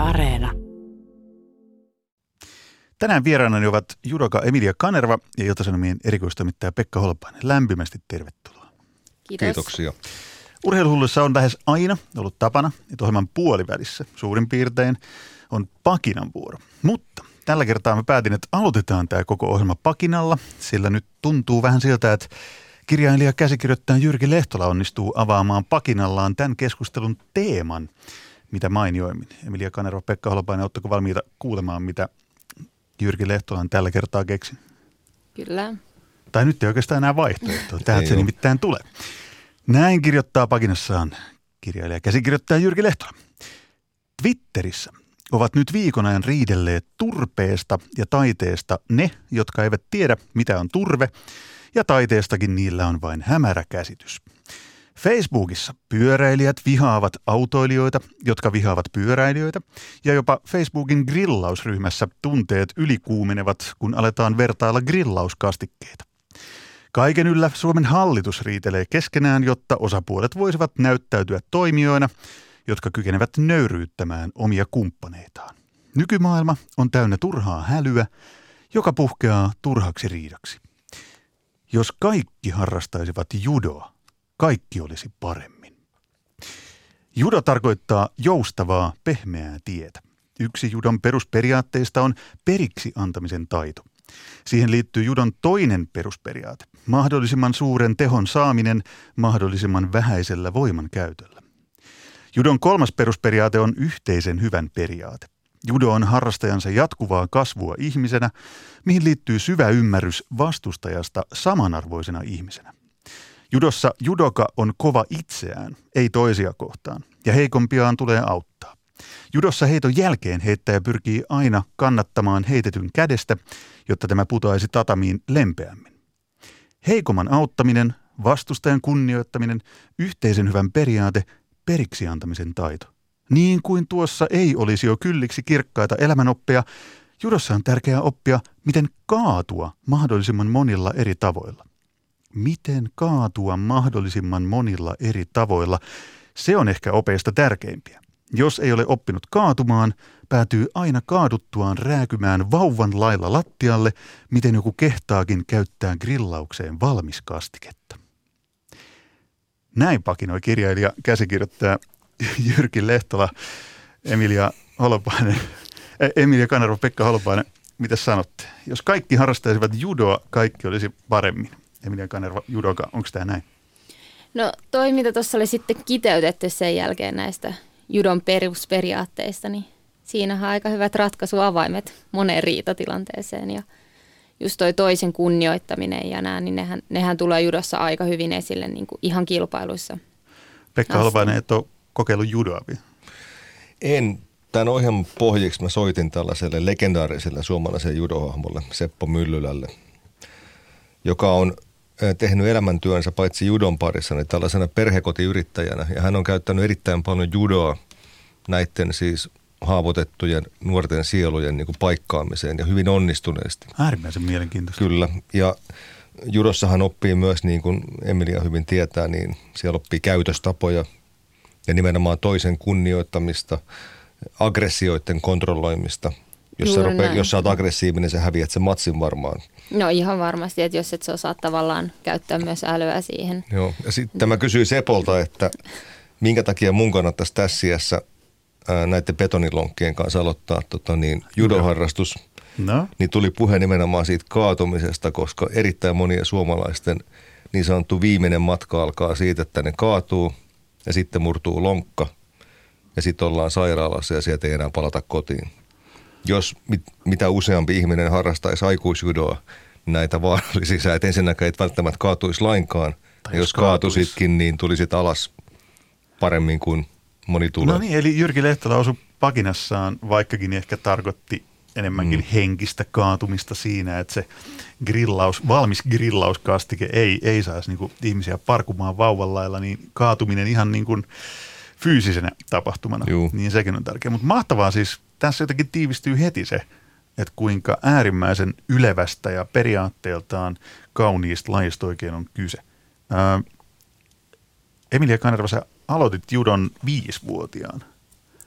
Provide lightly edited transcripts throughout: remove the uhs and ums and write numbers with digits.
Areena. Tänään vieraanani ovat judoka Emilia Kanerva ja Ilta-Sanomien erikoistoimittaja Pekka Holopainen. Lämpimästi tervetuloa. Kiitos. Kiitoksia. Urheiluhulluissa on lähes aina ollut tapana, että ohjelman puolivälissä suurin piirtein on pakinan vuoro. Mutta tällä kertaa mä päätin, että aloitetaan tämä koko ohjelma pakinalla, sillä nyt tuntuu vähän siltä, että kirjailija käsikirjoittaja Jyrki Lehtola onnistuu avaamaan pakinallaan tämän keskustelun teeman, mitä mainioimmin. Emilia Kanerva, Pekka Holopainen, ootteko valmiita kuulemaan, mitä Jyrki Lehtola on tällä kertaa keksinyt? Kyllä. Tai nyt ei oikeastaan enää vaihtoehtoa. Tähän se nimittäin tulee. Näin kirjoittaa pakinassaan kirjailija käsikirjoittaja Jyrki Lehtola. Twitterissä ovat nyt viikon ajan riidelleet turpeesta ja taiteesta ne, jotka eivät tiedä, mitä on turve, ja taiteestakin niillä on vain hämärä käsitys. Facebookissa pyöräilijät vihaavat autoilijoita, jotka vihaavat pyöräilijöitä, ja jopa Facebookin grillausryhmässä tunteet ylikuumenevat, kun aletaan vertailla grillauskastikkeita. Kaiken yllä Suomen hallitus riitelee keskenään, jotta osapuolet voisivat näyttäytyä toimijoina, jotka kykenevät nöyryyttämään omia kumppaneitaan. Nykymaailma on täynnä turhaa hälyä, joka puhkeaa turhaksi riidaksi. Jos kaikki harrastaisivat judoa, kaikki olisi paremmin. Judo tarkoittaa joustavaa, pehmeää tietä. Yksi judon perusperiaatteista on periksi antamisen taito. Siihen liittyy judon toinen perusperiaate, mahdollisimman suuren tehon saaminen mahdollisimman vähäisellä voimankäytöllä. Judon kolmas perusperiaate on yhteisen hyvän periaate. Judo on harrastajansa jatkuvaa kasvua ihmisenä, mihin liittyy syvä ymmärrys vastustajasta samanarvoisena ihmisenä. Judossa judoka on kova itseään, ei toisia kohtaan, ja heikompiaan tulee auttaa. Judossa heiton jälkeen heittäjä pyrkii aina kannattamaan heitetyn kädestä, jotta tämä putoaisi tatamiin lempeämmin. Heikomman auttaminen, vastustajan kunnioittaminen, yhteisen hyvän periaate, periksi antamisen taito. Niin kuin tuossa ei olisi jo kylliksi kirkkaita elämänoppeja, judossa on tärkeää oppia, miten kaatua mahdollisimman monilla eri tavoilla. Miten kaatua mahdollisimman monilla eri tavoilla, se on ehkä opeista tärkeimpiä. Jos ei ole oppinut kaatumaan, päätyy aina kaaduttuaan rääkymään vauvan lailla lattialle, miten joku kehtaakin käyttää grillaukseen valmiskastiketta. Näin pakinoi kirjailija käsikirjoittaja Jyrki Lehtola. Emilia Kanerva, Pekka Holopainen, mitä sanotte? Jos kaikki harrastaisivat judoa, kaikki olisi paremmin. Emilia Kanerva, judoka, onko tämä näin? No toi, mitä tuossa oli sitten kiteytetty sen jälkeen näistä judon perusperiaatteista, niin siinähän on aika hyvät ratkaisuavaimet moneen riitatilanteeseen. Ja just toi toisen kunnioittaminen ja nämä, niin nehän tulee judossa aika hyvin esille niin kuin ihan kilpailuissa. Pekka Holopainen, et ole kokeillut judoa vielä? En. Tämän ohjelman pohjiksi mä soitin tällaiselle legendaariselle suomalaiselle judohahmolle, Seppo Myllylälle, joka on tehnyt elämäntyönsä paitsi judon parissa, niin tällaisena perhekotiyrittäjänä. Ja hän on käyttänyt erittäin paljon judoa näiden siis haavoitettujen nuorten sielujen niin kuin paikkaamiseen ja hyvin onnistuneesti. Äärimmäisen mielenkiintoista. Kyllä. Ja judossahan oppii myös, niin kuin Emilia hyvin tietää, niin siellä oppii käytöstapoja ja nimenomaan toisen kunnioittamista, aggressioiden kontrolloimista. Jos sä oot aggressiivinen, sä häviät sen matsin varmaan. No ihan varmasti, että jos et sä osaat tavallaan käyttää myös älyä siihen. Joo, ja sitten mä kysyin Sepolta, että minkä takia mun kannattaisi tässä iässä näiden betonilonkkien kanssa aloittaa judoharrastus. No. Niin tuli puhe nimenomaan siitä kaatumisesta, koska erittäin monien suomalaisten niin sanottu viimeinen matka alkaa siitä, että ne kaatuu ja sitten murtuu lonkka ja sitten ollaan sairaalassa ja sieltä ei enää palata kotiin. Jos mitä useampi ihminen harrastaisi aikuisjudoa, niin näitä vaarallisia sä et ensinnäkään et välttämättä kaatuisi lainkaan. Ja jos kaatuisitkin, niin tulisit alas paremmin kuin moni tulee. No niin, eli Jyrki Lehtola osui pakinassaan, vaikkakin ehkä tarkoitti enemmänkin henkistä kaatumista siinä, että se valmis grillauskastike ei saisi niinku ihmisiä parkumaan vauvan lailla, niin kaatuminen ihan niin kuin fyysisenä tapahtumana, niin sekin on tärkeää. Mutta mahtavaa siis, tässä jotenkin tiivistyy heti se, että kuinka äärimmäisen ylevästä ja periaatteeltaan kauniista lajista oikein on kyse. Emilia Kanerva, sä aloitit judon 5-vuotiaana.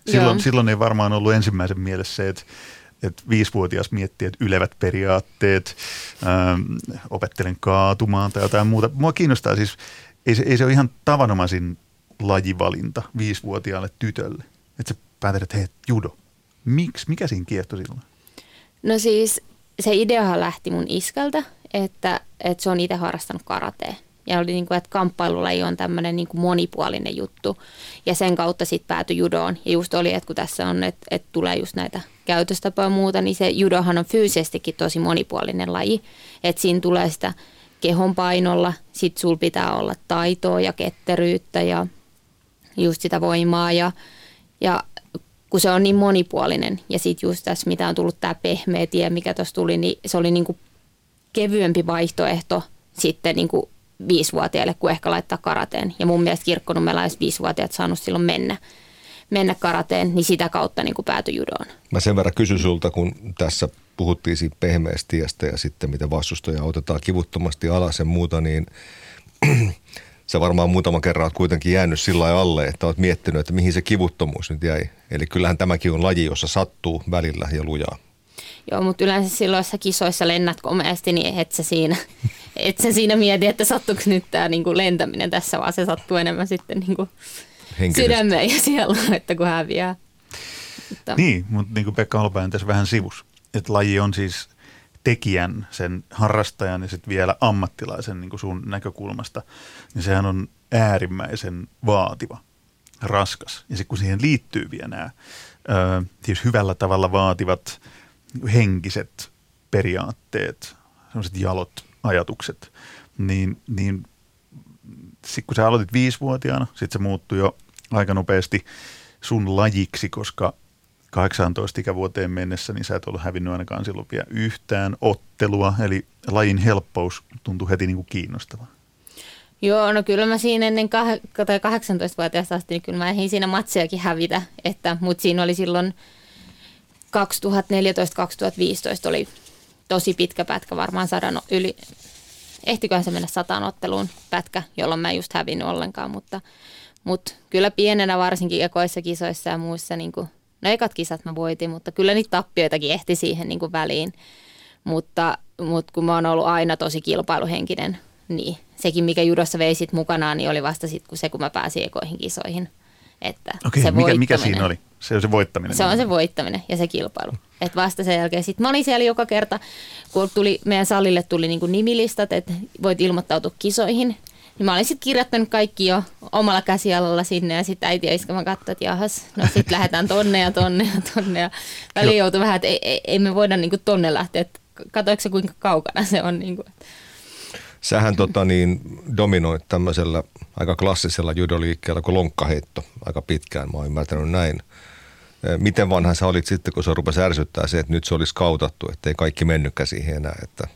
Silloin ei varmaan ollut ensimmäisen mielessä se, että 5-vuotias miettii, että ylevät periaatteet, opettelen kaatumaan tai jotain muuta. Mua kiinnostaa siis, ei se ole ihan tavanomaisin lajivalinta 5-vuotiaalle tytölle. Että sä päätät, että hei, judo. Mikä siinä kiehtoi silloin? No siis se ideahan lähti mun iskältä, että se on itse harrastanut karatea. Ja oli niin kuin, että kamppailulaji on tämmöinen niin kuin monipuolinen juttu. Ja sen kautta sitten päätyi judoon. Ja just oli, että kun tässä on, että tulee just näitä käytöstapoja ja muuta, niin se judohan on fyysisestikin tosi monipuolinen laji. Että siinä tulee sitä kehon painolla, sitten sulla pitää olla taitoa ja ketteryyttä ja just sitä voimaa. Ja kun se on niin monipuolinen ja sitten just tässä, mitä on tullut tämä pehmeä tie, mikä tuossa tuli, niin se oli niin kuin kevyempi vaihtoehto sitten niin kuin 5-vuotiaille, kuin ehkä laittaa karateen. Ja mun mielestä Kirkkonummella olisi 5-vuotiaat saanut silloin mennä karateen, niin sitä kautta niin kuin päätyi judoon. Mä sen verran kysyn sulta, kun tässä puhuttiin siitä pehmeästä tiestä ja sitten miten vastustaja otetaan kivuttomasti alas ja muuta, niin sä varmaan muutaman kerran oot kuitenkin jäänyt sillä lailla alle, että oot miettinyt, että mihin se kivuttomuus nyt jäi. Eli kyllähän tämäkin on laji, jossa sattuu välillä ja lujaa. Joo, mutta yleensä silloin, jos sä kisoissa lennät komeasti, niin et sä siinä mieti, että sattuuko nyt tämä niinku lentäminen tässä, vaan se sattuu enemmän sitten niinku sydämeen ja sieluun, että kun häviää. Niin, mutta niin kuin Pekka Holopainen tässä vähän sivus, että laji on siis tekijän, sen harrastajan ja sitten vielä ammattilaisen niin kuin sun näkökulmasta, niin sehän on äärimmäisen vaativa, raskas. Ja sitten kun siihen liittyy vielä nämä tietysti hyvällä tavalla vaativat henkiset periaatteet, sellaiset jalot ajatukset, niin sitten kun sä aloitit 5-vuotiaana, sitten se muuttui jo aika nopeasti sun lajiksi, koska 18 ikävuoteen mennessä, niin sä et ollut hävinnyt ainakaan silloin vielä yhtään ottelua, eli lajin helppous tuntui heti niin kuin kiinnostavaa. Joo, no kyllä mä siinä ennen 18-vuotiaasta asti, niin kyllä mä ehdin siinä matsejakin hävitä, mutta siinä oli silloin 2014-2015 oli tosi pitkä pätkä, varmaan 100 yli, ehtiköhän se mennä 100 otteluun pätkä, jolloin mä en just hävinnyt ollenkaan, mutta kyllä pienenä varsinkin ekoissa kisoissa ja muissa, niin kuin, no ekat kisat mä voitin, mutta kyllä niitä tappioitakin ehti siihen niin kuin väliin, mutta kun mä oon ollut aina tosi kilpailuhenkinen, niin sekin mikä judossa vei sit mukanaan, niin oli vasta sitten kun mä pääsin ekoihin kisoihin. Että okei, se mikä siinä oli? Se on se voittaminen. Se on se voittaminen ja se kilpailu. Et vasta sen jälkeen sitten mä olin siellä joka kerta, kun meidän salille tuli niinku nimilistat, että voit ilmoittautua kisoihin. Niin mä olin sitten kirjoittanut kaikki jo omalla käsialalla sinne ja sitten äiti ja iskä mä katsoin, että jahas, no sitten lähdetään tonne ja tonne ja tonne. Ja väliin joutui vähän, että ei me voida niinku tonne lähteä, että katsoitko se kuinka kaukana se on. Niinku. Sähän dominoit tämmöisellä aika klassisella judoliikkeellä kuin lonkkaheitto aika pitkään, mä oon ymmärtänyt näin. Miten vanha sä olit sitten, kun se rupesi ärsyttää se, että nyt se olisi skautattu, ettei kaikki mennytkään siihen enää, että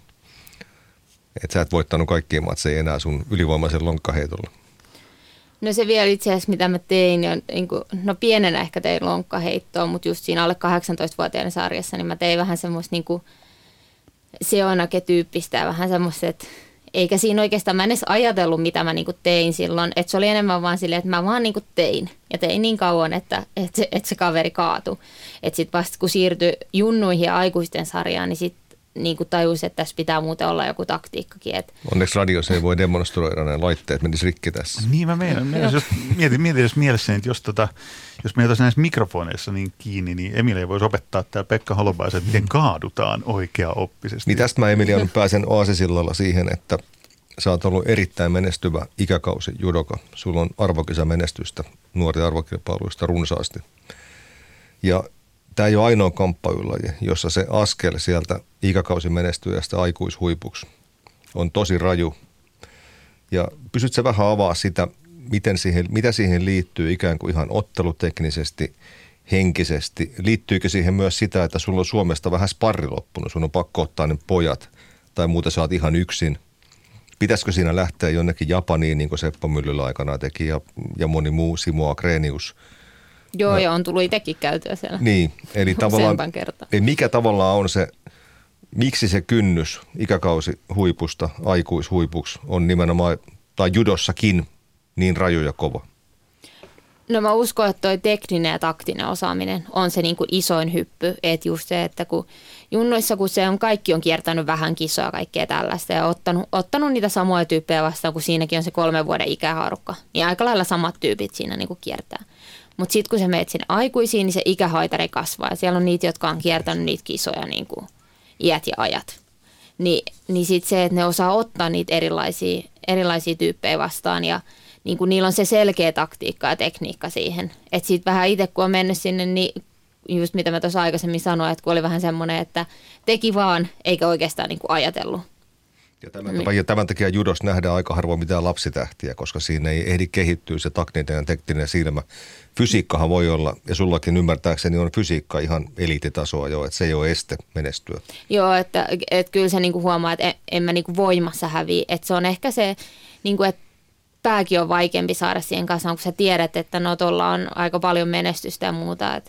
sä et voittanut kaikkia matseja enää sun ylivoimaisen lonkkaheitolla? No se vielä itse asiassa, mitä mä tein, no pienenä ehkä tein lonkkaheittoa, mutta just siinä alle 18-vuotiaiden sarjassa, niin mä tein vähän semmoista niinku seonake-tyyppistä ja vähän semmoista, että eikä siinä oikeastaan, mä en edes ajatellut, mitä mä niinku tein silloin. Että se oli enemmän vaan silleen, että mä vaan niinku tein. Ja tein niin kauan, että se kaveri kaatui. Että sitten vasta kun siirtyi junnuihin ja aikuisten sarjaan, niin sitten niinku tajusi, että tässä pitää muuten olla joku taktiikkakin. Onneksi radiossa ei voi demonstroida ne laitteet, menisi rikki tässä. Niin mä mietin jos mielessäni, että jos me oltaisiin näissä mikrofoneissa niin kiinni, niin Emilia voisi opettaa täällä Pekka Holopaisen, että miten kaadutaan oikeaoppisesti. Niin tästä mä, Emilia, pääsen Oasisillalla siihen, että sä oot ollut erittäin menestyvä ikäkausi judoka. Sulla on arvokisamenestystä nuorten arvokilpailuista runsaasti. Ja tämä ei ole ainoa kamppailulaji, jossa se askel sieltä ikäkausimenestyjästä aikuishuipuksi on tosi raju. Ja pysyt sä vähän avaa sitä, mitä siihen liittyy ikään kuin ihan otteluteknisesti, henkisesti. Liittyykö siihen myös sitä, että sulla on Suomesta vähän sparri loppunut, sun on pakko ottaa ne pojat tai muuta sä oot ihan yksin. Pitäisikö siinä lähteä jonnekin Japaniin, niin kuin Seppo Myllylä aikanaan teki ja moni muu, Simo Agrenius. Joo, ja on tullut itsekin käytyä siellä. Niin, eli tavallaan, mikä tavallaan on se, miksi se kynnys ikäkausi huipusta aikuishuipuksi on nimenomaan, tai judossakin, niin raju ja kova? No mä uskon, että toi tekninen ja taktinen osaaminen on se niin kuin isoin hyppy. Että just se, että kun junnuissa, kun kaikki on kiertänyt vähän kisoja ja kaikkea tällaista ja ottanut niitä samoja tyyppejä vastaan, kun siinäkin on se 3 vuoden ikähaarukka, niin aika lailla samat tyypit siinä niin kuin kiertää. Mutta sitten kun sä meet sinne aikuisiin, niin se ikähaitari kasvaa. Ja siellä on niitä, jotka on kiertänyt niitä kisoja niin kuin iät ja ajat. Niin sitten se, että ne osaa ottaa niitä erilaisia tyyppejä vastaan ja niin kuin niillä on se selkeä taktiikka ja tekniikka siihen. Että sitten vähän itse, kun on mennyt sinne, niin just mitä mä tuossa aikaisemmin sanoin, että kun oli vähän semmoinen, että teki vaan, eikä oikeastaan niin kuin ajatellut. Ja tämän takia judos nähdään aika harvoin mitään lapsitähtiä, koska siinä ei ehdi kehittyä se taktinen ja tekninen silmä. Fysiikkahan voi olla, ja sullakin ymmärtääkseni on fysiikka ihan eliititasoa jo, että se ei ole este menestyä. Joo, että kyllä se niinku huomaa, että en mä niinku voimassa häviä. Että se on ehkä se, niinku, että pääkin on vaikeampi saada siihen kanssa, kun sä tiedät, että no tuolla on aika paljon menestystä ja muuta.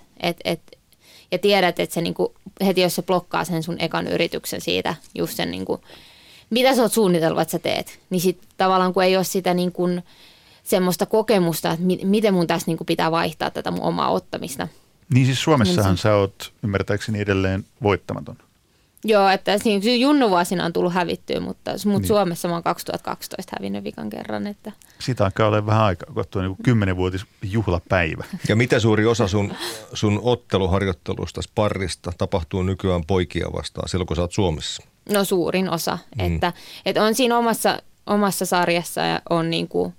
Ja tiedät, että se niinku, heti jos se blokkaa sen sun ekan yrityksen siitä, just sen niinku, mitä sä oot suunnitellut, että sä teet, niin sitten tavallaan kun ei ole sitä niin kuin semmoista kokemusta, että miten mun tässä niin kuin pitää vaihtaa tätä mun omaa ottamista. Niin siis Suomessahan sä oot ymmärtääkseni edelleen voittamaton. Joo, että junnuvuosina on tullut hävittyä, mutta niin. Suomessa mä oon 2012 hävinnyt vikan kerran. Että. Sitä alkaa olla vähän aikaa, kun tuo niin 10-vuotis juhlapäivä. Ja mitä suuri osa sun otteluharjoittelusta, sparrista tapahtuu nykyään poikia vastaan silloin, kun sä oot Suomessa? No suurin osa, että on siinä omassa sarjassa ja on, niinku,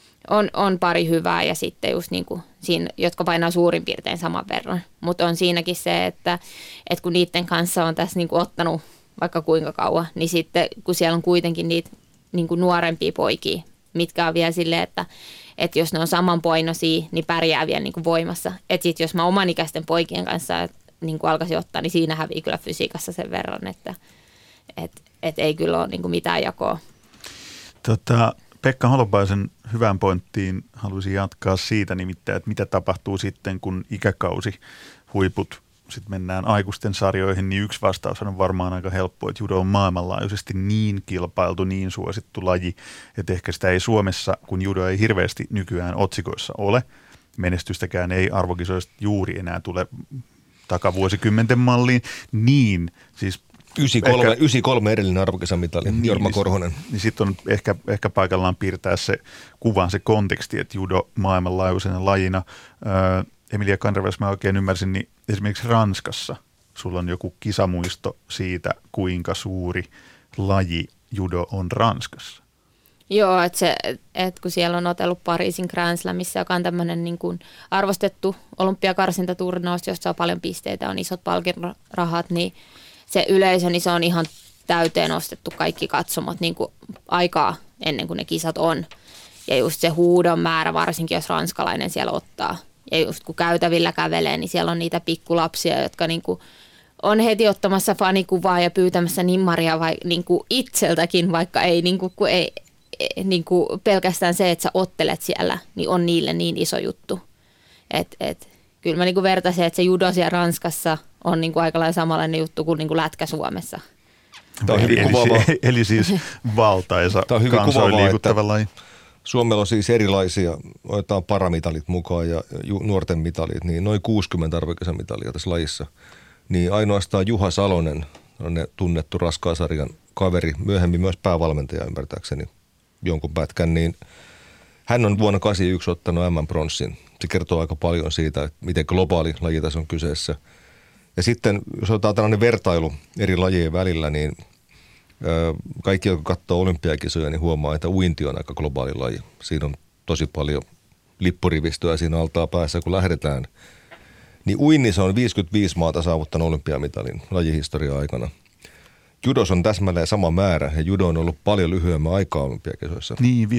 on pari hyvää ja sitten just niinku siinä, jotka painaa suurin piirtein saman verran. Mutta on siinäkin se, että kun niiden kanssa on tässä niinku ottanut vaikka kuinka kauan, niin sitten kun siellä on kuitenkin niitä niinku nuorempia poikia, mitkä on vielä silleen, että jos ne on samanpoinoisia, niin pärjää vielä niinku voimassa. Että sitten jos mä omanikäisten poikien kanssa niinku alkaisin ottaa, niin siinä hävii kyllä fysiikassa sen verran, että et ei kyllä ole niinku mitään jakoa. Pekka Holopaisen hyvään pointtiin haluaisin jatkaa siitä nimittäin, että mitä tapahtuu sitten, kun ikäkausi huiput sitten mennään aikuisten sarjoihin, niin yksi vastaus on varmaan aika helppo, että judo on maailmanlaajuisesti niin kilpailtu, niin suosittu laji, että ehkä sitä ei Suomessa, kun judo ei hirveästi nykyään otsikoissa ole, menestystäkään ei arvokisoista juuri enää tule takavuosikymmenten malliin, niin siis 93 edellinen arvokisamitali, niin, Jorma Korhonen. Niin sitten on ehkä paikallaan piirtää se kuvan, se konteksti, että judo maailmanlaajuisena lajina. Emilia Kanerva, jos mä oikein ymmärsin, niin esimerkiksi Ranskassa sulla on joku kisamuisto siitä, kuinka suuri laji judo on Ranskassa. Joo, että kun siellä on otellut Pariisin Grand Slamissa, joka on tämmöinen niin kuin arvostettu olympiakarsintaturnaus, jossa on paljon pisteitä, on isot palkintorahat, niin se yleisö, niin se on ihan täyteen ostettu kaikki katsomot niin kuin aikaa ennen kuin ne kisat on. Ja just se huudon määrä, varsinkin jos ranskalainen siellä ottaa. Ja just kun käytävillä kävelee, niin siellä on niitä pikkulapsia, jotka niin kuin on heti ottamassa fanikuvaa ja pyytämässä nimmaria niin kuin itseltäkin, vaikka ei, niin kuin, kun ei niin kuin pelkästään se, että sä ottelet siellä, niin on niille niin iso juttu. Kyllä mä niin kuin vertaisin, että se judo siellä Ranskassa on niin kuin aika lailla samanlainen juttu kuin, lätkä Suomessa. Tämä on hyvin kuvaavaa. Eli siis valtaisa kansoin liikuttava laji. Suomella on siis erilaisia, otetaan paramitalit mukaan ja nuorten mitalit, niin noin 60 arvokisamitalia tässä lajissa. Niin ainoastaan Juha Salonen on tunnettu raskaasarjan kaveri, myöhemmin myös päävalmentaja ymmärtääkseni jonkun pätkän, niin hän on vuonna 1981 ottanut M-pronssin. Se kertoo aika paljon siitä, että miten globaali laji tässä on kyseessä. Ja sitten, jos otetaan tällainen vertailu eri lajien välillä, niin kaikki, jotka katsoo olympiakisoja, niin huomaa, että uinti on aika globaali laji. Siinä on tosi paljon lippurivistöä siinä altaa päässä, kun lähdetään. Niin uinnissa on 55 maata saavuttanut olympiamitalin lajihistorian aikana. Judos on täsmälleen sama määrä ja judo on ollut paljon lyhyemmän aikaa olympiakisoissa. Niin,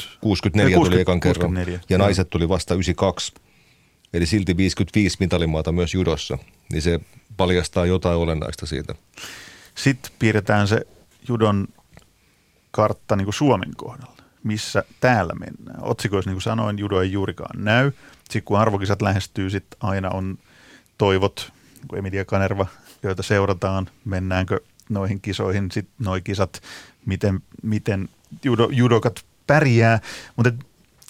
64 tuli ekan kerran ja naiset tuli vasta 92. Eli silti 55 mitalimaata myös judossa, niin se paljastaa jotain olennaista siitä. Sitten piirretään se judon kartta niin kuin Suomen kohdalla, missä täällä mennään. Otsikoissa, niin kuin sanoin, judo ei juurikaan näy. Sitten kun arvokisat lähestyy, sitten aina on toivot, niin kuin Emilia Kanerva, joita seurataan, mennäänkö noihin kisoihin, sitten noi kisat, miten judokat pärjää. Mutta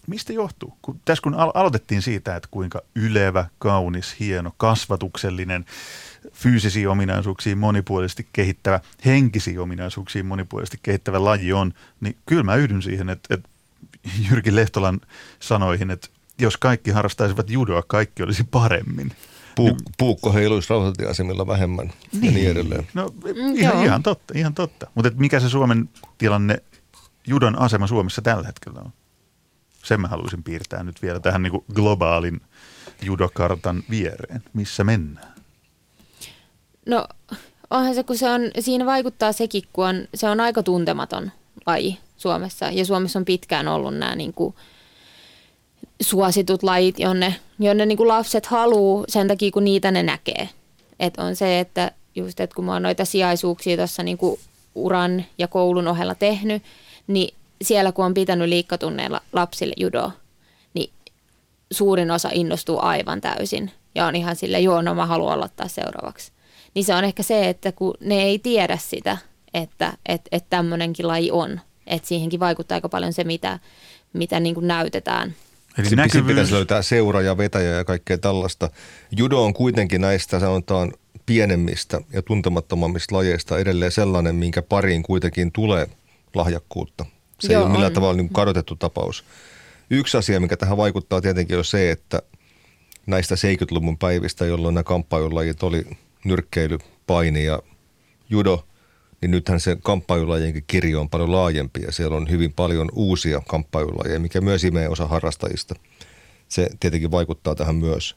Mistä johtuu? Tässä kun aloitettiin siitä, että kuinka ylevä, kaunis, hieno, kasvatuksellinen, fyysisiä ominaisuuksia monipuolisesti kehittävä, henkisiä ominaisuuksia monipuolisesti kehittävä laji on, niin kyllä mä yhdyn siihen, että Jyrki Lehtolan sanoihin, että jos kaikki harrastaisivat judoa, kaikki olisi paremmin. Puukko heiluisi rautatieasemilla vähemmän ja niin edelleen. No ihan totta. Mutta mikä se Suomen tilanne, judon asema Suomessa tällä hetkellä on? Sen mä haluaisin piirtää nyt vielä tähän niin kuin globaalin judokartan viereen. Missä mennään? No onhan se, kun siinä vaikuttaa sekin, kun se on aika tuntematon laji Suomessa. Ja Suomessa on pitkään ollut nämä niin kuin suositut lajit, jonne niin kuin lapset haluaa sen takia, kun niitä ne näkee. Et on se, että just, että kun mä oon noita sijaisuuksia tuossa niin kuin uran ja koulun ohella tehnyt, niin siellä kun on pitänyt liikkatunneilla lapsille judoa, niin suurin osa innostuu aivan täysin. Ja on ihan silleen, no mä haluan aloittaa seuraavaksi. Niin se on ehkä se, että kun ne ei tiedä sitä, että tämmöinenkin laji on. Että siihenkin vaikuttaa aika paljon se, mitä niin kuin näytetään. Eli pitäisi löytää seura ja vetäjä ja kaikkea tällaista. Judo on kuitenkin näistä sanotaan pienemmistä ja tuntemattomammista lajeista edelleen sellainen, minkä pariin kuitenkin tulee lahjakkuutta. Se ei ole millään tavalla niin kuin kadotettu tapaus. Yksi asia, mikä tähän vaikuttaa tietenkin on se, että näistä 70-luvun päivistä, jolloin nämä kamppailulajit oli nyrkkeily, paini ja judo, niin nythän se kamppailulajienkin kirjo on paljon laajempi ja siellä on hyvin paljon uusia kamppailulajeja, mikä myös imee osa harrastajista. Se tietenkin vaikuttaa tähän myös.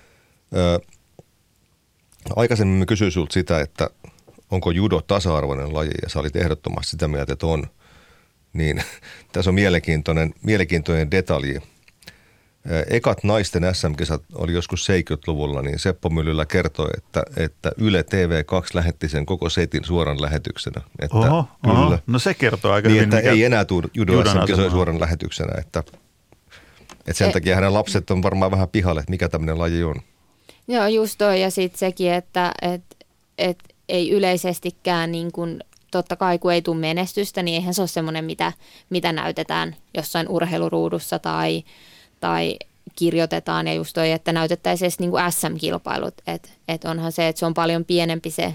Aikaisemmin me kysyin sulta sitä, että onko judo tasa-arvoinen laji ja sä olit ehdottomasti sitä mieltä, että on. Niin tässä on mielenkiintoinen detalji. Ekat naisten SM-kisat oli joskus 70-luvulla, niin Seppo Myllylä kertoi, että Yle TV2 lähetti sen koko setin suoran lähetyksenä. Että kyllä. No se kertoo aika niin, hyvin. Että ei enää tule judo SM-kisoja suoran lähetyksenä. Että sen takia hänen lapset on varmaan vähän pihalle, että mikä tämmöinen laji on. Joo, just toi. Ja sitten sekin, että ei yleisestikään niin kuin, totta kai kun ei tule menestystä, niin eihän se ole semmoinen, mitä näytetään jossain urheiluruudussa tai kirjoitetaan. Ja just toi, että näytettäisiin edes niin kuin SM-kilpailut. Että onhan se, että se on paljon pienempi se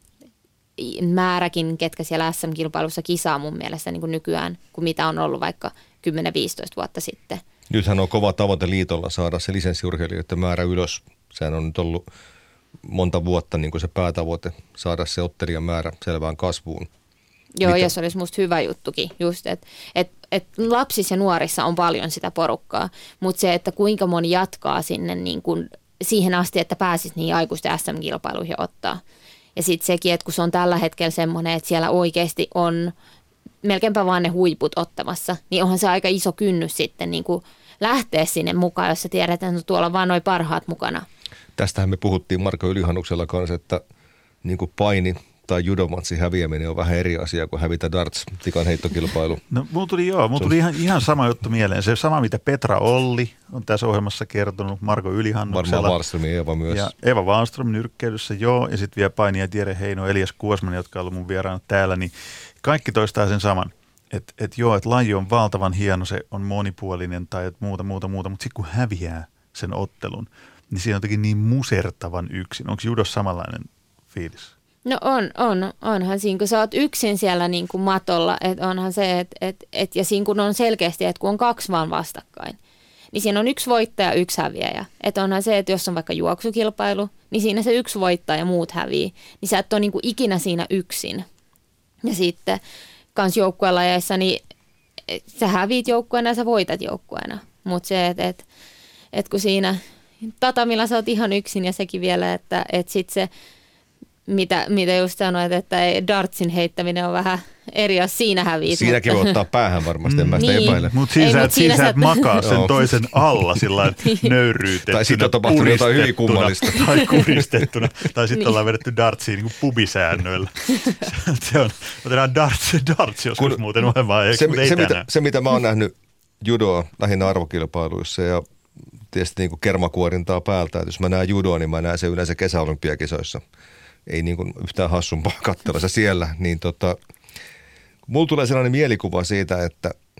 määräkin, ketkä siellä SM-kilpailussa kisaa mun mielestä niin kuin nykyään, kuin mitä on ollut vaikka 10-15 vuotta sitten. Nythän on kova tavoite liitolla saada se lisenssiurheilijoiden määrä ylös. Sehän on nyt ollut monta vuotta niin kuin se päätavoite, saada se ottelijan määrä selvään kasvuun. Joo, ja se olisi musta hyvä juttukin, just, että lapsissa ja nuorissa on paljon sitä porukkaa, mutta se, että kuinka moni jatkaa sinne niin kuin siihen asti, että pääsisi niihin aikuisten SM-kilpailuihin ottaa. Ja sitten sekin, että kun se on tällä hetkellä semmoinen, että siellä oikeasti on melkeinpä vaan ne huiput ottamassa, niin onhan se aika iso kynnys sitten niin kuin lähteä sinne mukaan, jos sä tiedetään, että tuolla on vaan noi parhaat mukana. Tästähän me puhuttiin Marko Ylihannuksella kanssa, että niin kuin paini tai judomatsin häviäminen on vähän eri asia kuin hävitä darts-tikan heittokilpailu. No mulla tuli ihan sama juttu mieleen. Se sama, mitä Petra Olli on tässä ohjelmassa kertonut Marko Ylihannuksella. Varmaan Wallström ja Eeva myös. Ja Eeva Wallström nyrkkeilyssä, joo. Ja sitten vielä painija Tiere Heino, Elias Kuosman, jotka on ollut mun vieraana täällä. Niin kaikki toistaa sen saman. Että laji on valtavan hieno, se on monipuolinen tai muuta. Mutta sitten kun häviää sen ottelun, niin siinä on jotenkin niin musertavan yksin. Onko judossa samanlainen fiilis? No onhan siinä, kun sä oot yksin siellä niin kuin matolla, että onhan se, että ja siinä kun on selkeästi, että kun on kaksi vaan vastakkain, niin siinä on yksi voittaja, yksi häviäjä. Että onhan se, että jos on vaikka juoksukilpailu, niin siinä se yksi voittaa ja muut hävii, niin sä et ole niin kuin ikinä siinä yksin. Ja sitten kans joukkuelajeissa, niin sä häviit joukkueena ja sä voitat joukkueena. Mutta se, että kun siinä tatamilla sä oot ihan yksin ja sekin vielä, että sit se, mitä just sanoit, että dartsin heittäminen on vähän eri asia, siinä häviit. Siinäkin voi ottaa päähän varmasti, en mä sitä epäile. Mutta siinä sä et makaa sen toisen alla sillä nöyryytettynä. Tai sitten on tapahtunut jotain hyvin kummallista. Tai kuristettuna. Tai sitten ollaan vedetty dartsiin niin kuin pubisäännöillä. Otetaan darts joskus muuten olemaan, se, mitä mä oon nähnyt judoa lähinnä arvokilpailuissa ja tietysti niin kuin kermakuorintaa päältä, että jos mä näen judoa, niin mä näen se yleensä kesäolympiakisoissa. Ei niin kuin yhtään hassumpaa katsella se siellä, niin mulla tulee sellainen mielikuva siitä, että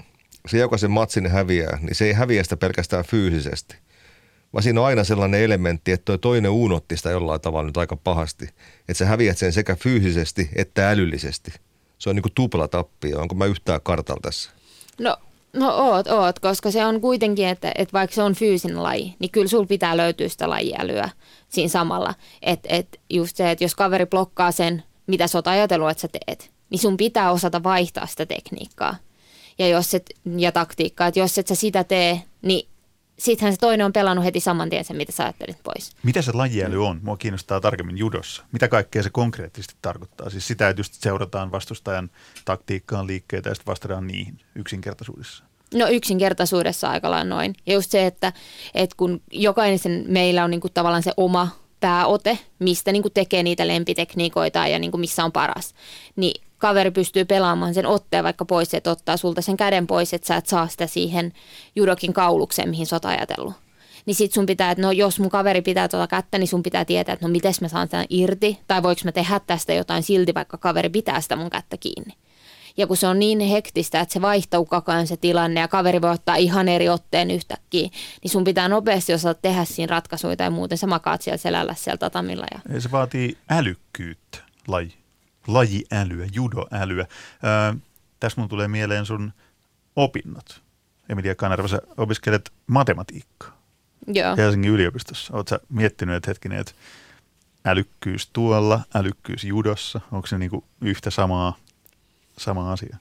se joka sen matsin häviää, niin se ei häviä sitä pelkästään fyysisesti. Vaan siinä on aina sellainen elementti, että toi toinen uunotti sitä jollain tavalla nyt aika pahasti. Että sä häviät sen sekä fyysisesti että älyllisesti. Se on niin kuin tuplatappio. Onko mä yhtään kartalla tässä? No oot, koska se on kuitenkin, että vaikka se on fyysinen laji, niin kyllä sulla pitää löytyä sitä lajiälyä siinä samalla. Että just se, että jos kaveri blokkaa sen, mitä sä oot ajatellut, että sä teet, niin sun pitää osata vaihtaa sitä tekniikkaa ja taktiikkaa. Että jos et sä sitä tee, niin sittenhän se toinen on pelannut heti saman tien sen, mitä sä ajattelit pois. Mitä se lajiäly on? Mua kiinnostaa tarkemmin judossa. Mitä kaikkea se konkreettisesti tarkoittaa? Siis sitä, että just seurataan vastustajan taktiikkaan, liikkeitä ja sitten vastataan niihin yksinkertaisuudessa. No yksinkertaisuudessa aika lailla noin. Ja just se, että kun jokaisen meillä on niinku tavallaan se oma pääote, mistä niinku tekee niitä lempitekniikoita ja niinku missä on paras, niin kaveri pystyy pelaamaan sen otteen vaikka pois, että ottaa sulta sen käden pois, että sä et saa sitä siihen judokin kaulukseen, mihin sä oot ajatellut. Niin sit sun pitää, että no jos mun kaveri pitää tuota kättä, niin sun pitää tietää, että no mites mä saan sitä irti, tai voiko mä tehdä tästä jotain silti, vaikka kaveri pitää sitä mun kättä kiinni. Ja kun se on niin hektistä, että se vaihtuu koko ajan se tilanne ja kaveri voi ottaa ihan eri otteen yhtäkkiä, niin sun pitää nopeasti osata tehdä siinä ratkaisuja tai muuten sä makaat siellä selällä siellä tatamilla. Ja se vaatii älykkyyttä, lajiälyä, judoälyä. Tässä mun tulee mieleen sun opinnot. Emilia Kanerva, sä opiskelet matematiikkaa. Joo. Helsingin yliopistossa. Oletko sä miettinyt, että hetkinen, että älykkyys tuolla, älykkyys judossa, onko se niinku yhtä sama asia?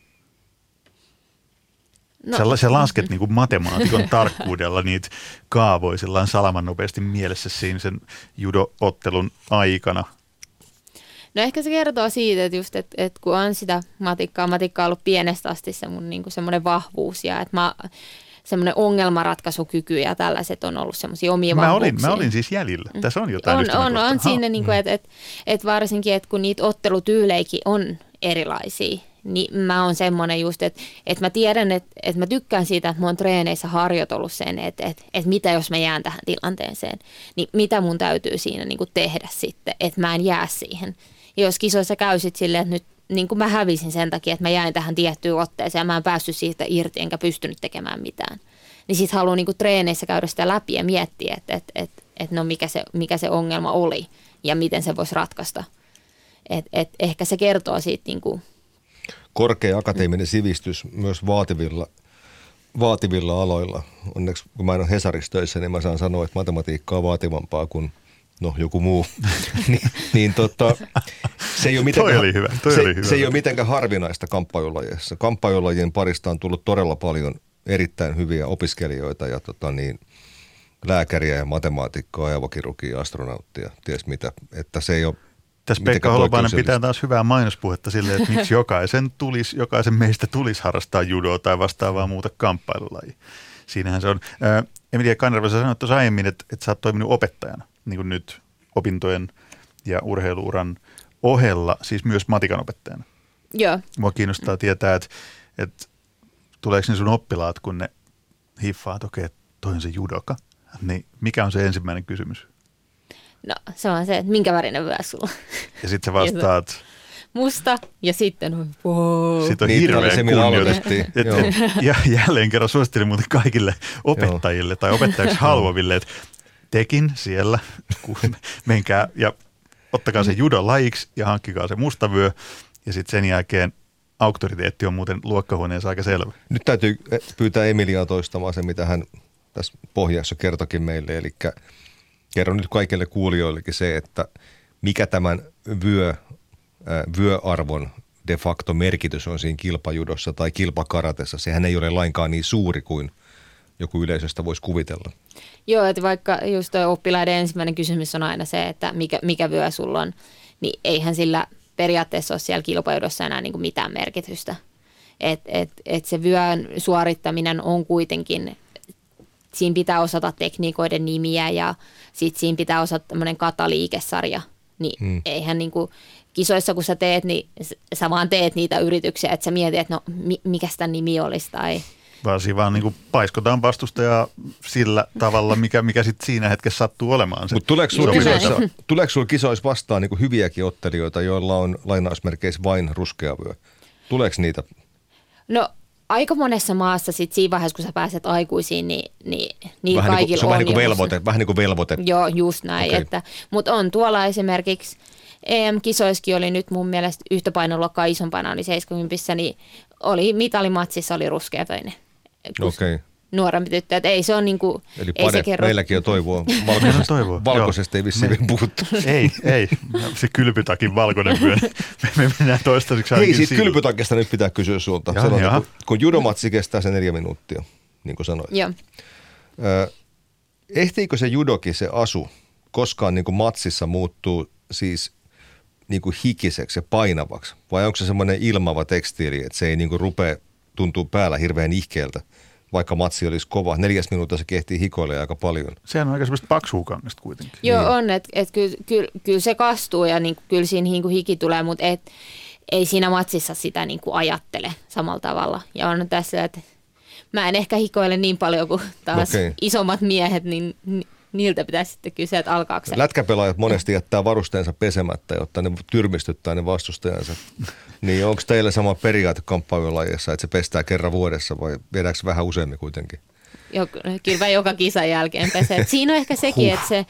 No. Sä lasket niinku matemaatikon tarkkuudella niitä kaavoja sellainen salaman nopeasti mielessä siinä sen judo-ottelun aikana. No ehkä se kertoo siitä, että just, että kun on sitä matikkaa on ollut pienestä asti se mun niinku semmoinen vahvuus ja että semmoinen ongelmanratkaisukyky ja tällaiset on ollut semmoisia omia vahvuuksia. Mä olin siis jäljellä. Tässä on jotain on siinä, niinku, että varsinkin, että kun niitä ottelutyylejäkin on erilaisia, niin mä oon semmoinen just, että mä tiedän, että mä tykkään siitä, että mä oon treeneissä harjoitellut sen, että mitä jos mä jään tähän tilanteeseen, niin mitä mun täytyy siinä niinku tehdä sitten, että mä en jää siihen. Ja jos kisoissa käy sitten silleen, että nyt niin kuin mä hävisin sen takia, että mä jäin tähän tiettyyn otteeseen ja mä en päässyt siitä irti enkä pystynyt tekemään mitään, niin sit haluan niin kuin treeneissä käydä sitä läpi ja miettiä, että no mikä se ongelma oli ja miten se voisi ratkaista. Et ehkä se kertoo siitä niin kuin korkea akateeminen sivistys myös vaativilla aloilla. Onneksi kun mä en ole Hesarissa töissä, niin mä saan sanoa, että matematiikka on vaativampaa kuin joku muu. Se ei ole mitenkään harvinaista kamppailulajeissa. Kamppailulajien parista on tullut todella paljon erittäin hyviä opiskelijoita ja lääkäriä ja matemaatikkoa, aivokirurgia, astronauttia, ties mitä. Että se ei ole tässä Pekka Holopainen pitää taas hyvää mainospuhetta silleen, että miksi jokaisen meistä tulisi harrastaa judoa tai vastaavaa muuta kamppailulajia. Siinähän se on. Emilia Kanerva, sä sanoit tuossa aiemmin, että sä oot toiminut opettajana, niin kuin nyt opintojen ja urheiluuran ohella, siis myös matikan opettajana. Joo. Mua kiinnostaa tietää, että tuleeko ne sun oppilaat, kun ne hiffaa, että okei, toi on se judoka, niin mikä on se ensimmäinen kysymys? No se on se, että minkä värinen vyö sulla. Ja sitten sä vastaat musta ja sitten wow. Sitten on hirveän kunnioitus. Ja jälleen kerran suosittelen muuten kaikille opettajille tai opettajaksi haluaville, että tekin siellä, menkää ja ottakaa se judo lajiksi ja hankkikaa se mustavyö ja sitten sen jälkeen auktoriteetti on muuten luokkahuoneessa aika selvä. Nyt täytyy pyytää Emiliaa toistamaan se, mitä hän tässä pohjassa kertokin meille, eli kerron nyt kaikille kuulijoillekin se, että mikä tämän vyöarvon de facto merkitys on siinä kilpajudossa tai kilpakaratessa. Sehän ei ole lainkaan niin suuri kuin joku yleisöstä voisi kuvitella. Joo, että vaikka just tuo oppilaiden ensimmäinen kysymys on aina se, että mikä vyö sulla on, niin eihän sillä periaatteessa ole siellä kilpajudossa enää niin kuin mitään merkitystä. Et se vyön suorittaminen on kuitenkin, siinä pitää osata tekniikoiden nimiä ja sitten siinä pitää osata tämmöinen kataliikesarja. Niin eihän niin kuin kisoissa, kun sä teet, niin sä vaan teet niitä yrityksiä, että sä mietit, että no mikä sitä nimi olisi tai vaan siinä vaan niin kuin paiskotaan vastustajaa sillä tavalla, mikä sitten siinä hetkessä sattuu olemaan. Mutta tuleeko sulla kisoissa vastaan niin kuin hyviäkin ottelijoita, joilla on lainausmerkeissä vain ruskea vyö? Tuleeko niitä? No aika monessa maassa sit siinä vaiheessa, kun sä pääset aikuisiin, niin kaikilla se on on vähän niin kuin velvoite. Joo, just näin. Okay. Mutta on tuolla esimerkiksi EM-kisoissakin oli nyt mun mielestä yhtä painoluokkaa isompana, oli 70, niin oli mitalimatsissa oli ruskeapöinen. Okei. Nuorempi tyttö, että ei se on niinku, eli ei se kerro. Meilläkin on toivoa. Valkoisesta ei vissiin vielä puhuttu. Ei. Se kylpytakin valkoinen vyö. Me mennään toistaiseksi ainakin siitä kylpytakista nyt pitää kysyä sulta. Kun judomatsi kestää se 4 minuuttia, niin kuin sanoit. Joo. Ehtiikö se judoki, se asu, koskaan niin kuin matsissa muuttuu siis niin kuin hikiseksi ja painavaksi? Vai onko se semmoinen ilmava tekstiili, että se ei niin kuin rupea tuntuu päällä hirveän ihkeeltä, vaikka matsi olisi kova? 4 minuuttia se kehtii hikoilemaan aika paljon. Sehän on aika semmoista paksua kangasta kuitenkin. Joo, niin. On, että kyllä se kastuu ja niin, kyllä siinä niin kuin hiki tulee, mutta ei siinä matsissa sitä niin kuin ajattele samalla tavalla. Ja on tässä, että mä en ehkä hikoile niin paljon kuin taas isommat miehet, niin niiltä pitäisi sitten kysyä, että alkaako se. Lätkäpelaajat monesti jättää varusteensa pesemättä, jotta ne tyrmistyttää ne vastustajansa. Niin onko teillä sama periaate kamppailulajissa, että se pestää kerran vuodessa vai viedäänkö vähän useammin kuitenkin? Kyllä joka kisan jälkeen pesee. Et siinä on ehkä sekin, että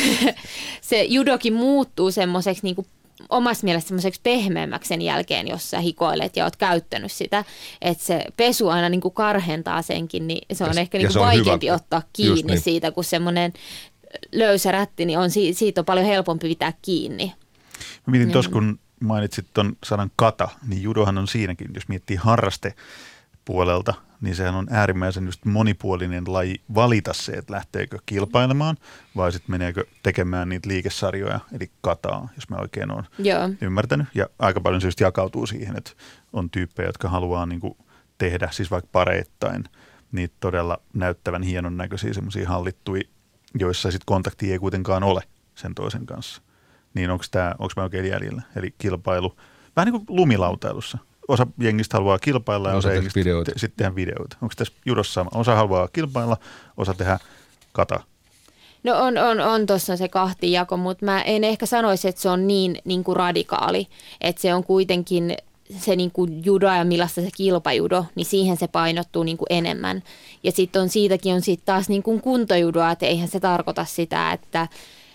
se judokin muuttuu semmoiseksi niin kuin omassa mielestä semmoiseksi pehmeämmäksi sen jälkeen, jos sä hikoilet ja oot käyttänyt sitä. Että se pesu aina niin kuin karhentaa senkin, niin se on ehkä niin kuin vaikeampi ottaa kiinni niin. Siitä, kun semmoinen löysä rätti, niin siitä on paljon helpompi pitää kiinni. Mä mietin tuossa, kun mainitsit ton sanan kata, niin judohan on siinäkin, jos miettii harrastepuolelta, niin sehän on äärimmäisen just monipuolinen laji valita se, että lähteekö kilpailemaan vai sitten meneekö tekemään niitä liikesarjoja, eli kataa, jos mä oikein olen ymmärtänyt. Ja aika paljon se just jakautuu siihen, että on tyyppejä, jotka haluaa niinku tehdä, siis vaikka pareittain, niitä todella näyttävän hienon näköisiä semmoisia hallittuja, joissa sitten kontaktia ei kuitenkaan ole sen toisen kanssa. Niin onko mä oikein jäljellä? Eli kilpailu, vähän niin kuin lumilautailussa. Osa jengistä haluaa kilpailla ja osa jengistä sitten tehdä videoita. Onko tässä judossa sama? Osa haluaa kilpailla, osa tehdä kata. No on tuossa se kahtiajako, mutta mä en ehkä sanoisi, että se on niin kuin radikaali. Että se on kuitenkin se niin kuin judo ja millaista se kilpajudo, niin siihen se painottuu niin kuin enemmän. Ja sitten siitäkin on sitten taas niin kuin kuntojudoa, että eihän se tarkoita sitä, että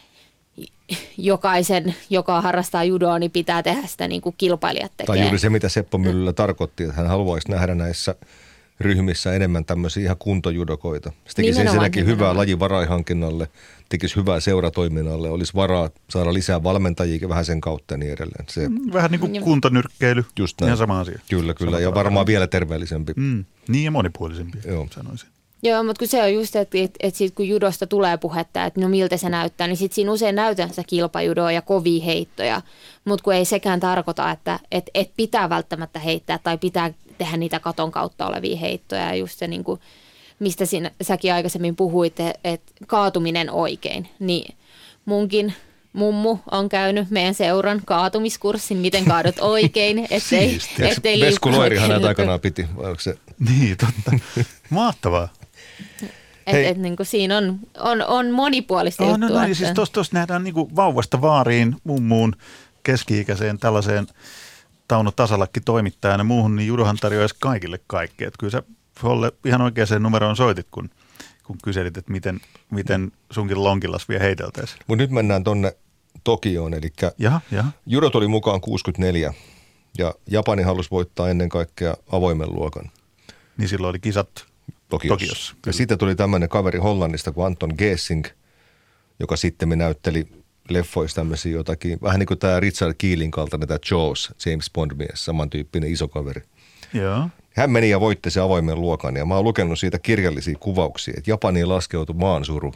jokaisen, joka harrastaa judoa, niin pitää tehdä sitä niin kuin kilpailijat tekee. Tai juuri se, mitä Seppo Myllylä tarkoitti, että hän haluaisi nähdä näissä ryhmissä enemmän tämmöisiä ihan kuntojudokoita. Se tekisi ensinnäkin hyvää lajivaraihankinnalle, tekisi hyvää seuratoiminnalle, olisi varaa saada lisää valmentajia vähän sen kautta ja niin edelleen. Vähän niin kuin kuntonyrkkeily, ihan sama asia. Kyllä, ja varmaan vielä terveellisempi. Niin ja monipuolisempi, sanoisin. Joo, mutta kun se on just, että sit kun judosta tulee puhetta, että no miltä se näyttää, niin sitten siinä usein näytään sitä kilpajudoa ja kovia heittoja. Mutta kun ei sekään tarkoita, että et pitää välttämättä heittää tai pitää tehdä niitä katon kautta olevia heittoja. Ja just se, niin kuin, mistä säkin aikaisemmin puhuit, että kaatuminen oikein. Niin munkin mummu on käynyt meidän seuran kaatumiskurssin, miten kaadut oikein, ettei Vesku Loirihan näitä aikanaan piti, vai onko se? Niin, totta. Mahtavaa. Niin kuin siinä on monipuolista juttua. No, ja siis tuossa nähdään niin kuin vauvasta vaariin, mummuun, keski-ikäiseen tällaiseen Tauno Tasalakki toimittajana ja muuhun, niin judohan tarjoaisi kaikille kaikkea. Että kyllä sä Folle ihan oikeaan numeroon soitit, kun kyselit, että miten sunkin lonkillas vielä heiteltäisiin. Mutta nyt mennään tonne Tokioon, eli judo tuli mukaan 64 ja Japani halusi voittaa ennen kaikkea avoimen luokan. Niin silloin oli kisat Tokiossa. Ja sitten tuli tämmöinen kaveri Hollannista kuin Anton Geesing, joka sitten näytteli leffoissa tämmöisiä jotakin, vähän niin kuin tämä Richard Keelin kaltainen, tämä Jaws, James Bond-mies, samantyyppinen iso kaveri. Joo. Hän meni ja voitti se avoimen luokan ja mä oon lukenut siitä kirjallisia kuvauksia, että Japaniin laskeutui maansuru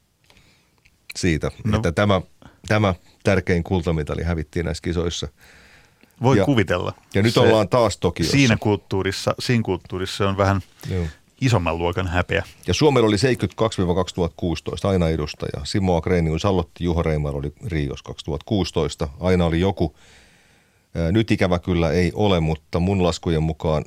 siitä, että tämä tärkein kultamitali hävittiin näissä kisoissa. Voi kuvitella. Ja nyt ollaan taas Tokiossa. Siinä kulttuurissa on vähän isomman luokan häpeä. Ja Suomella oli 72-2016 aina edustaja. Simo Agrenius aloitti, Juho Reimar oli Rios 2016. Aina oli joku. Nyt ikävä kyllä ei ole, mutta mun laskujen mukaan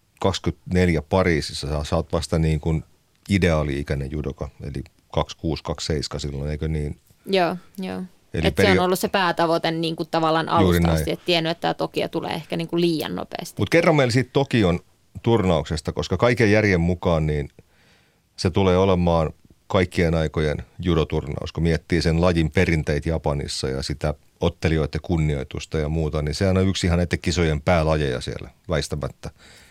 24 Pariisissa sä oot vasta niin kuin ideaali-ikäinen judoka, eli 26-27 silloin, eikö niin? Joo. Että se on ollut se päätavoite niin kuin tavallaan alusta asti, että tiennyt, että tämä Tokio tulee ehkä niin kuin liian nopeasti. Mutta kerro meille siitä Tokion turnauksesta, koska kaiken järjen mukaan niin se tulee olemaan kaikkien aikojen judoturnaus, kun miettii sen lajin perinteitä Japanissa ja sitä ottelijoiden kunnioitusta ja muuta, niin sehän on yksi ihan näiden kisojen päälajeja siellä väistämättä.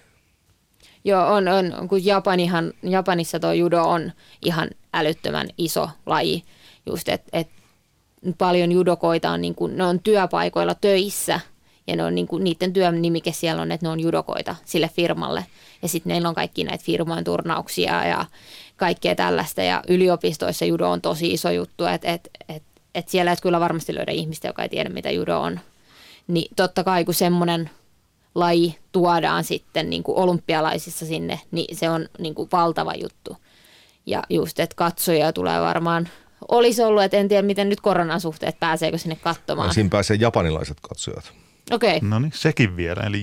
Joo, on. Kun Japanissa tuo judo on ihan älyttömän iso laji. Just, että paljon judokoita on, niin kuin, ne on työpaikoilla töissä ja ne on, niin kuin, niiden työn nimike siellä on, että ne on judokoita sille firmalle. Ja sitten meillä on kaikki näitä firmojen turnauksia ja kaikkea tällaista. Ja yliopistoissa judo on tosi iso juttu, että siellä et kyllä varmasti löydä ihmistä, joka ei tiedä, mitä judo on. Niin totta kai, kun semmoinen laji tuodaan sitten niin kuin olympialaisissa sinne, niin se on niin kuin valtava juttu. Ja just, että katsojia tulee varmaan, olisi ollut, että en tiedä miten nyt koronan suhteet, pääseekö sinne katsomaan. No, siinä pääsee japanilaiset katsojat. Okei. No niin, sekin vielä. Eli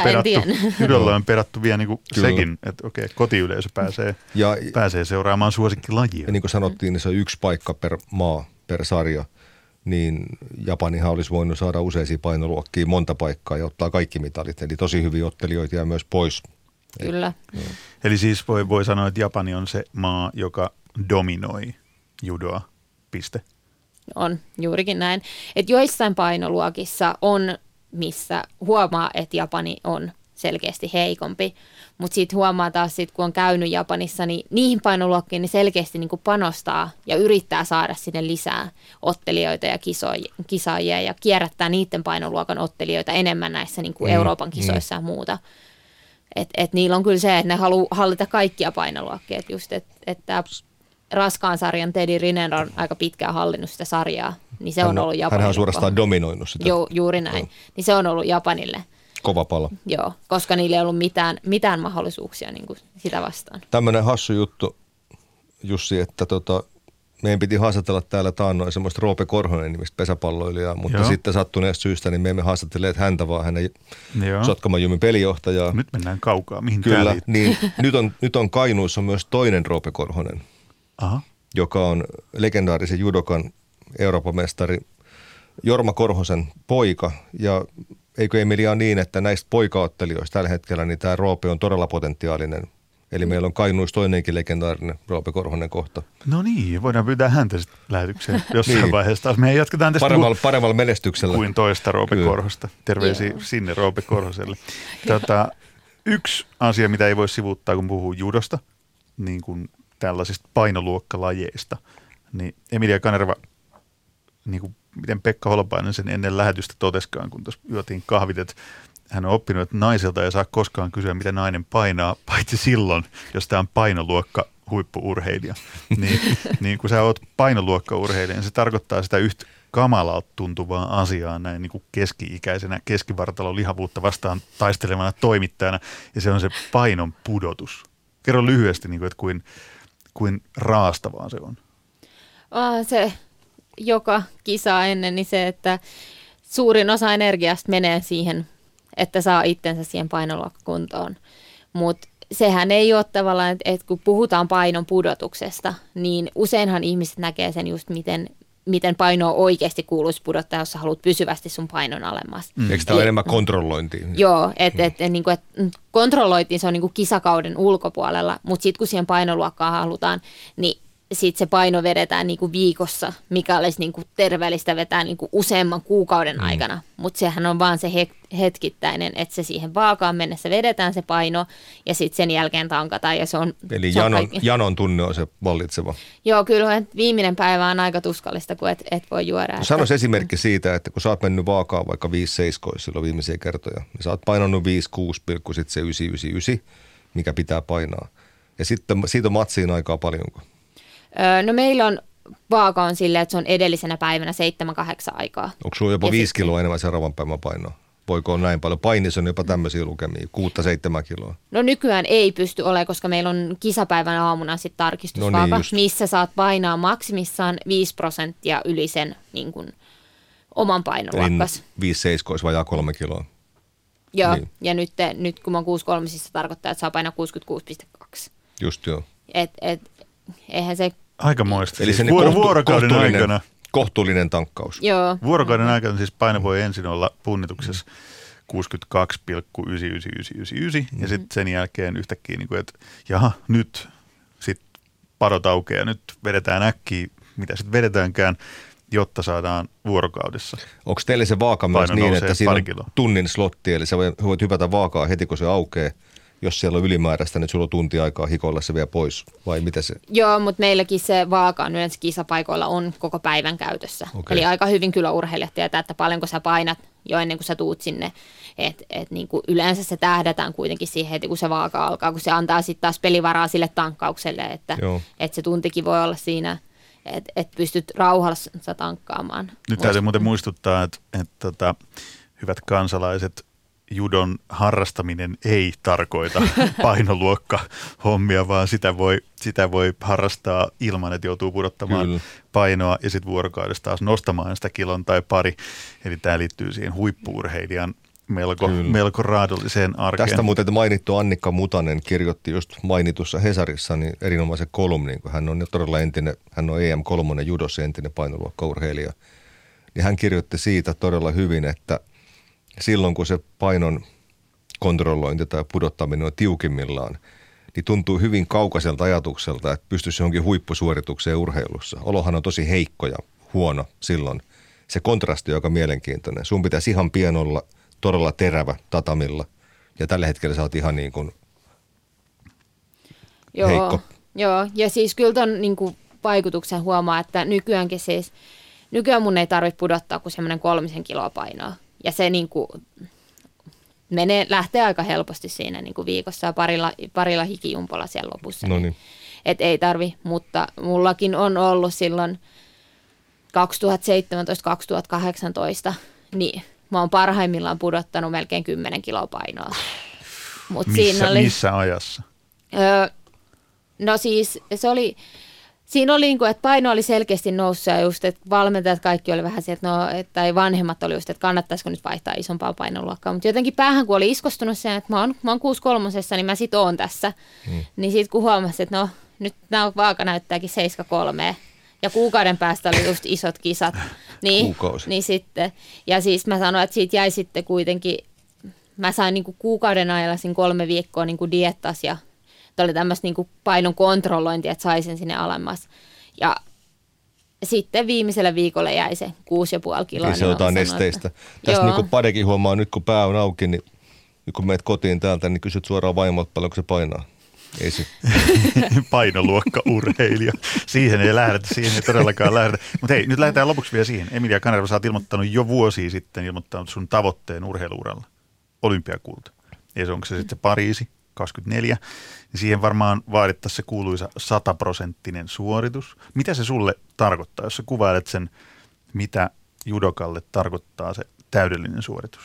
judolle on perattu vielä niin kuin sekin, että kotiyleisö pääsee seuraamaan suosikkilajia. Ja niin kuin sanottiin, niin se on yksi paikka per maa, per sarja. Niin Japanihan olisi voinut saada useisiin painoluokkia monta paikkaa ja ottaa kaikki mitalit. Eli tosi hyviä ottelijoita jää myös pois. Kyllä. Eli siis voi sanoa, että Japani on se maa, joka dominoi judoa, piste. On, juurikin näin. Että joissain painoluokissa on, missä huomaa, että Japani on selkeästi heikompi. Mutta sitten huomaa taas, kun on käynyt Japanissa, niin niihin painoluokkiin niin selkeästi niin kuin panostaa ja yrittää saada sinne lisää ottelijoita ja kisaajia ja kierrättää niiden painoluokan ottelijoita enemmän näissä niin kuin Euroopan kisoissa ja muuta. Et niillä on kyllä se, että ne haluaa hallita kaikkia painoluokkia. Että raskaan sarjan Teddy Riner on aika pitkään hallinnut sitä sarjaa, niin se on ollut Japanille. Hän on suorastaan dominoinut sitä. Joo, juuri näin. No. Niin se on ollut Japanille. Kova pala. Joo, koska niillä ei ollut mitään mahdollisuuksia niin kuin sitä vastaan. Tämmöinen hassu juttu, Jussi, että meidän piti haastatella täällä taannoin semmoista Roope Korhonen nimistä pesäpalloilijaa, mutta sitten sattuneesta syystä niin me emme haastattelleet häntä, vaan hänen Sotkaman Jymin pelijohtajaa. Nyt mennään kaukaa. Mihin Kyllä, niin nyt on Kainuussa myös toinen Roope Korhonen, joka on legendaarisen judokan Euroopan mestari Jorma Korhosen poika. Ja eikö Emilia niin, että näistä poikaottelijoista tällä hetkellä niin tämä Roope on todella potentiaalinen. Eli meillä on Kainuussa toinenkin legendaarinen Roope Korhonen kohta. No niin, voidaan pyytää häntä sitten lähetykseen jossain vaiheessa. Me jatketaan tästä paremmalla menestyksellä kuin toista Roope Korhosta. Terveisiä sinne Roope Korhoselle. Yksi asia, mitä ei voi sivuuttaa, kun puhuu judosta, niin kuin tällaisista painoluokkalajeista, niin Emilia Kanerva, niin kuin miten Pekka Holopainen sen ennen lähetystä toteskaan, kun tuossa juotiin kahvit, että hän on oppinut, että naiselta ei saa koskaan kysyä, mitä nainen painaa, paitsi silloin, jos tämä on painoluokka huippu-urheilija. Niin kun sä oot painoluokka-urheilija, niin se tarkoittaa sitä yhtä kamalalta tuntuvaa asiaa näin niin kuin keski-ikäisenä keskivartalon lihavuutta vastaan taistelevana toimittajana, ja se on se painon pudotus. Kerro lyhyesti, niin kuin, että kuin raastavaa se on. Se joka kisaa ennen, niin se, että suurin osa energiasta menee siihen, että saa itsensä siihen painoluokkakuntoon. Mutta sehän ei ole tavallaan, että kun puhutaan painon pudotuksesta, niin useinhan ihmiset näkee sen just, miten painoa oikeasti kuuluisi pudottaa, jos sä haluat pysyvästi sun painon alemmas. Eikö tämä ole enemmän kontrollointia? Joo, että kontrolloitiin se on niinku kisakauden ulkopuolella, mutta sitten kun siihen painoluokkaan halutaan, niin sitten se paino vedetään niinku viikossa, mikä olisi niinku terveellistä vetää niinku useamman kuukauden aikana. Mutta sehän on vaan se hetkittäinen, että se siihen vaakaan mennessä vedetään se paino ja sitten sen jälkeen tankataan. Ja se on, eli janon tunne on se vallitseva. Joo, kyllä viimeinen päivä on aika tuskallista, kun et voi juoda. Sanoisi esimerkki siitä, että kun sä oot mennyt vaakaan vaikka 5,7 silloin viimeisiä kertoja, niin sä oot painanut 5,6, sitten se 9,99, mikä pitää painaa. Ja sitten siitä on matsiin aikaa paljonko? No meillä on vaaka on silleen, että se on edellisenä päivänä 7-8 aikaa. Onko sulla jopa 5 kiloa enemmän seuraavan päivän painoa? Voiko olla näin paljon? Painissa on jopa tämmöisiä lukemia, 6-7 kiloa. No nykyään ei pysty olemaan, koska meillä on kisapäivän aamuna sitten tarkistusvaaka, missä saat painaa maksimissaan 5% yli sen niin kuin, oman painoluokkas. Eli 5,7 olisi vajaa 3 kiloa. Joo, niin. Ja nyt kun mä oon 6,3, se tarkoittaa, että saa painaa 66,2. Just joo. Eihän se... Aikamoista. Eli siis vuorokauden aikana. Kohtuullinen tankkaus. Joo. Vuorokauden aikana siis paino voi ensin olla punnituksessa 62,99999 ja sitten sen jälkeen yhtäkkiä, niin kuin, että jaha, nyt sitten padot aukeaa, nyt vedetään äkkiä, mitä sitten vedetäänkään, jotta saadaan vuorokaudessa. Onko teille se vaaka myös niin, että siinä on tunnin slotti, eli sä voit hypätä vaakaa heti, kun se aukeaa, jos siellä on ylimääräistä, niin sulla on tunti aikaa hikoilla se vielä pois, vai mitä se? Joo, mutta meilläkin se vaaka on yleensä kisapaikoilla on koko päivän käytössä. Okay. Eli aika hyvin kyllä urheilijat tietää, että paljonko sä painat jo ennen kuin sä tuut sinne. Et niin kuin yleensä se tähdätään kuitenkin siihen heti, kun se vaaka alkaa, kun se antaa sitten taas pelivaraa sille tankkaukselle, että se tuntikin voi olla siinä, että pystyt rauhassa tankkaamaan. Nyt täytyy muuten muistuttaa, että hyvät kansalaiset, judon harrastaminen ei tarkoita painoluokkahommia, vaan sitä voi harrastaa ilman, että joutuu pudottamaan painoa ja sitten vuorokaudessa taas nostamaan sitä kilon tai pari. Eli tämä liittyy siihen huippu-urheilijan melko raadolliseen arkeen. Tästä muuten mainittu Annikka Mutanen kirjoitti just mainitussa Hesarissa niin erinomaisen kolumnin, kun hän on todella hän on EM3 judossa entinen painoluokkaurheilija. Niin hän kirjoitti siitä todella hyvin, että silloin kun se painon kontrollointi tai pudottaminen on tiukimmillaan, niin tuntuu hyvin kaukaiselta ajatukselta, että pystyisi johonkin huippusuoritukseen urheilussa. Olohan on tosi heikko ja huono silloin. Se kontrasti on aika mielenkiintoinen. Sun pitäisi ihan pian olla todella terävä tatamilla ja tällä hetkellä sä oot ihan niin kuin heikko. Joo, ja siis kyllä ton niin kuin vaikutuksen huomaa, että nykyään mun ei tarvitse pudottaa kuin semmoinen 3 kiloa painoa. Ja se niin kuin lähtee aika helposti siinä niin kuin viikossa ja parilla hikijumpolla siellä lopussa. No niin. Et ei tarvi, mutta mullakin on ollut silloin 2017-2018, niin mä oon parhaimmillaan pudottanut melkein 10 kiloa painoa. Missä ajassa? No siis siinä oli niin kuin, että paino oli selkeästi noussut ja just, että valmentajat kaikki oli vähän sieltä, tai vanhemmat oli just, että kannattaisiko nyt vaihtaa isompaa painoluokkaa. Mutta jotenkin päähän, kun oli iskostunut sen, että mä oon 6.3, niin mä sit oon tässä. Niin siitä kun huomasin, että no nyt vaaka näyttääkin 7.3 ja kuukauden päästä oli just isot kisat. Niin sitten, ja siis mä sanoin, että siitä jäi sitten kuitenkin, mä sain niin kuin kuukauden ajalla siinä 3 viikkoa niin kuin diettas ja oli tämmöistä niinku painon kontrollointia, että saisin sinne alemmas. Ja sitten viimeisellä viikolla jäi se 6,5 kiloa. Niin se otetaan nesteistä. Tästä niin kuin Padekin huomaa, nyt kun pää on auki, niin nyt kun meet kotiin täältä, niin kysyt suoraan vaimolta, paljonko se painaa. Ei se. Painoluokkaurheilija. Siihen ei lähdetä, siihen ei todellakaan lähdetä. Mutta hei, nyt lähdetään lopuksi vielä siihen. Emilia Kanerva, sä oot ilmoittanut jo vuosia sitten, ilmoittanut sun tavoitteen urheiluuralla. Olympiakulta. Ja se onko se sitten se Pariisi? 24, niin siihen varmaan vaadittaisiin se kuuluisa 100% suoritus. Mitä se sulle tarkoittaa, jos sä kuvailet sen, mitä judokalle tarkoittaa se täydellinen suoritus?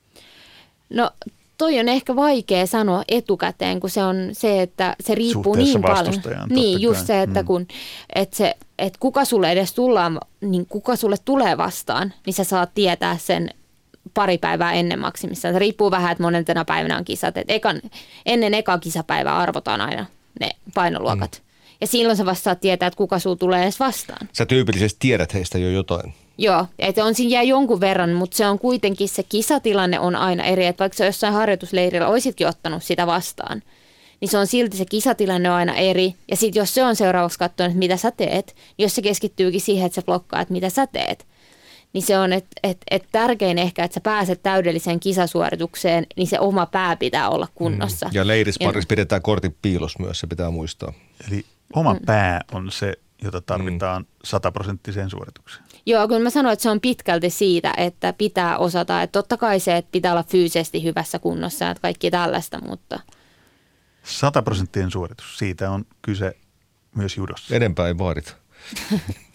No toi on ehkä vaikea sanoa etukäteen, kun se on se, että se riippuu suhteessa niin paljon. Niin, just se, että että kuka sulle edes tullaan, niin kuka sulle tulee vastaan, niin sä saat tietää sen pari päivää ennen maksimissaan. Se riippuu vähän, että monentena päivänä on kisat. Ennen eka kisapäivää arvotaan aina ne painoluokat. Ja silloin sä vasta saat tietää, että kuka sulla tulee edes vastaan. Sä tyypillisesti tiedät heistä jo jotain. Joo, että on siinä jää jonkun verran, mutta se on kuitenkin se kisatilanne on aina eri. Että vaikka sä jossain harjoitusleirillä oisitkin ottanut sitä vastaan, niin se on silti se kisatilanne on aina eri. Ja sitten jos se on seuraavaksi katsonut, että mitä sä teet, niin jos se keskittyykin siihen, että sä blokkaat, mitä sä teet, niin se on, että tärkein ehkä, että sä pääset täydelliseen kisasuoritukseen, niin se oma pää pitää olla kunnossa. Ja leirisparissa pidetään kortin piilos myös, se pitää muistaa. Eli oma pää on se, jota tarvitaan 100% suoritukseen. Joo, kyllä mä sanoin, että se on pitkälti siitä, että pitää osata. Että totta kai se, että pitää olla fyysisesti hyvässä kunnossa ja kaikki tällaista, mutta 100% suoritus, siitä on kyse myös judossa. Enempää ei vaadita.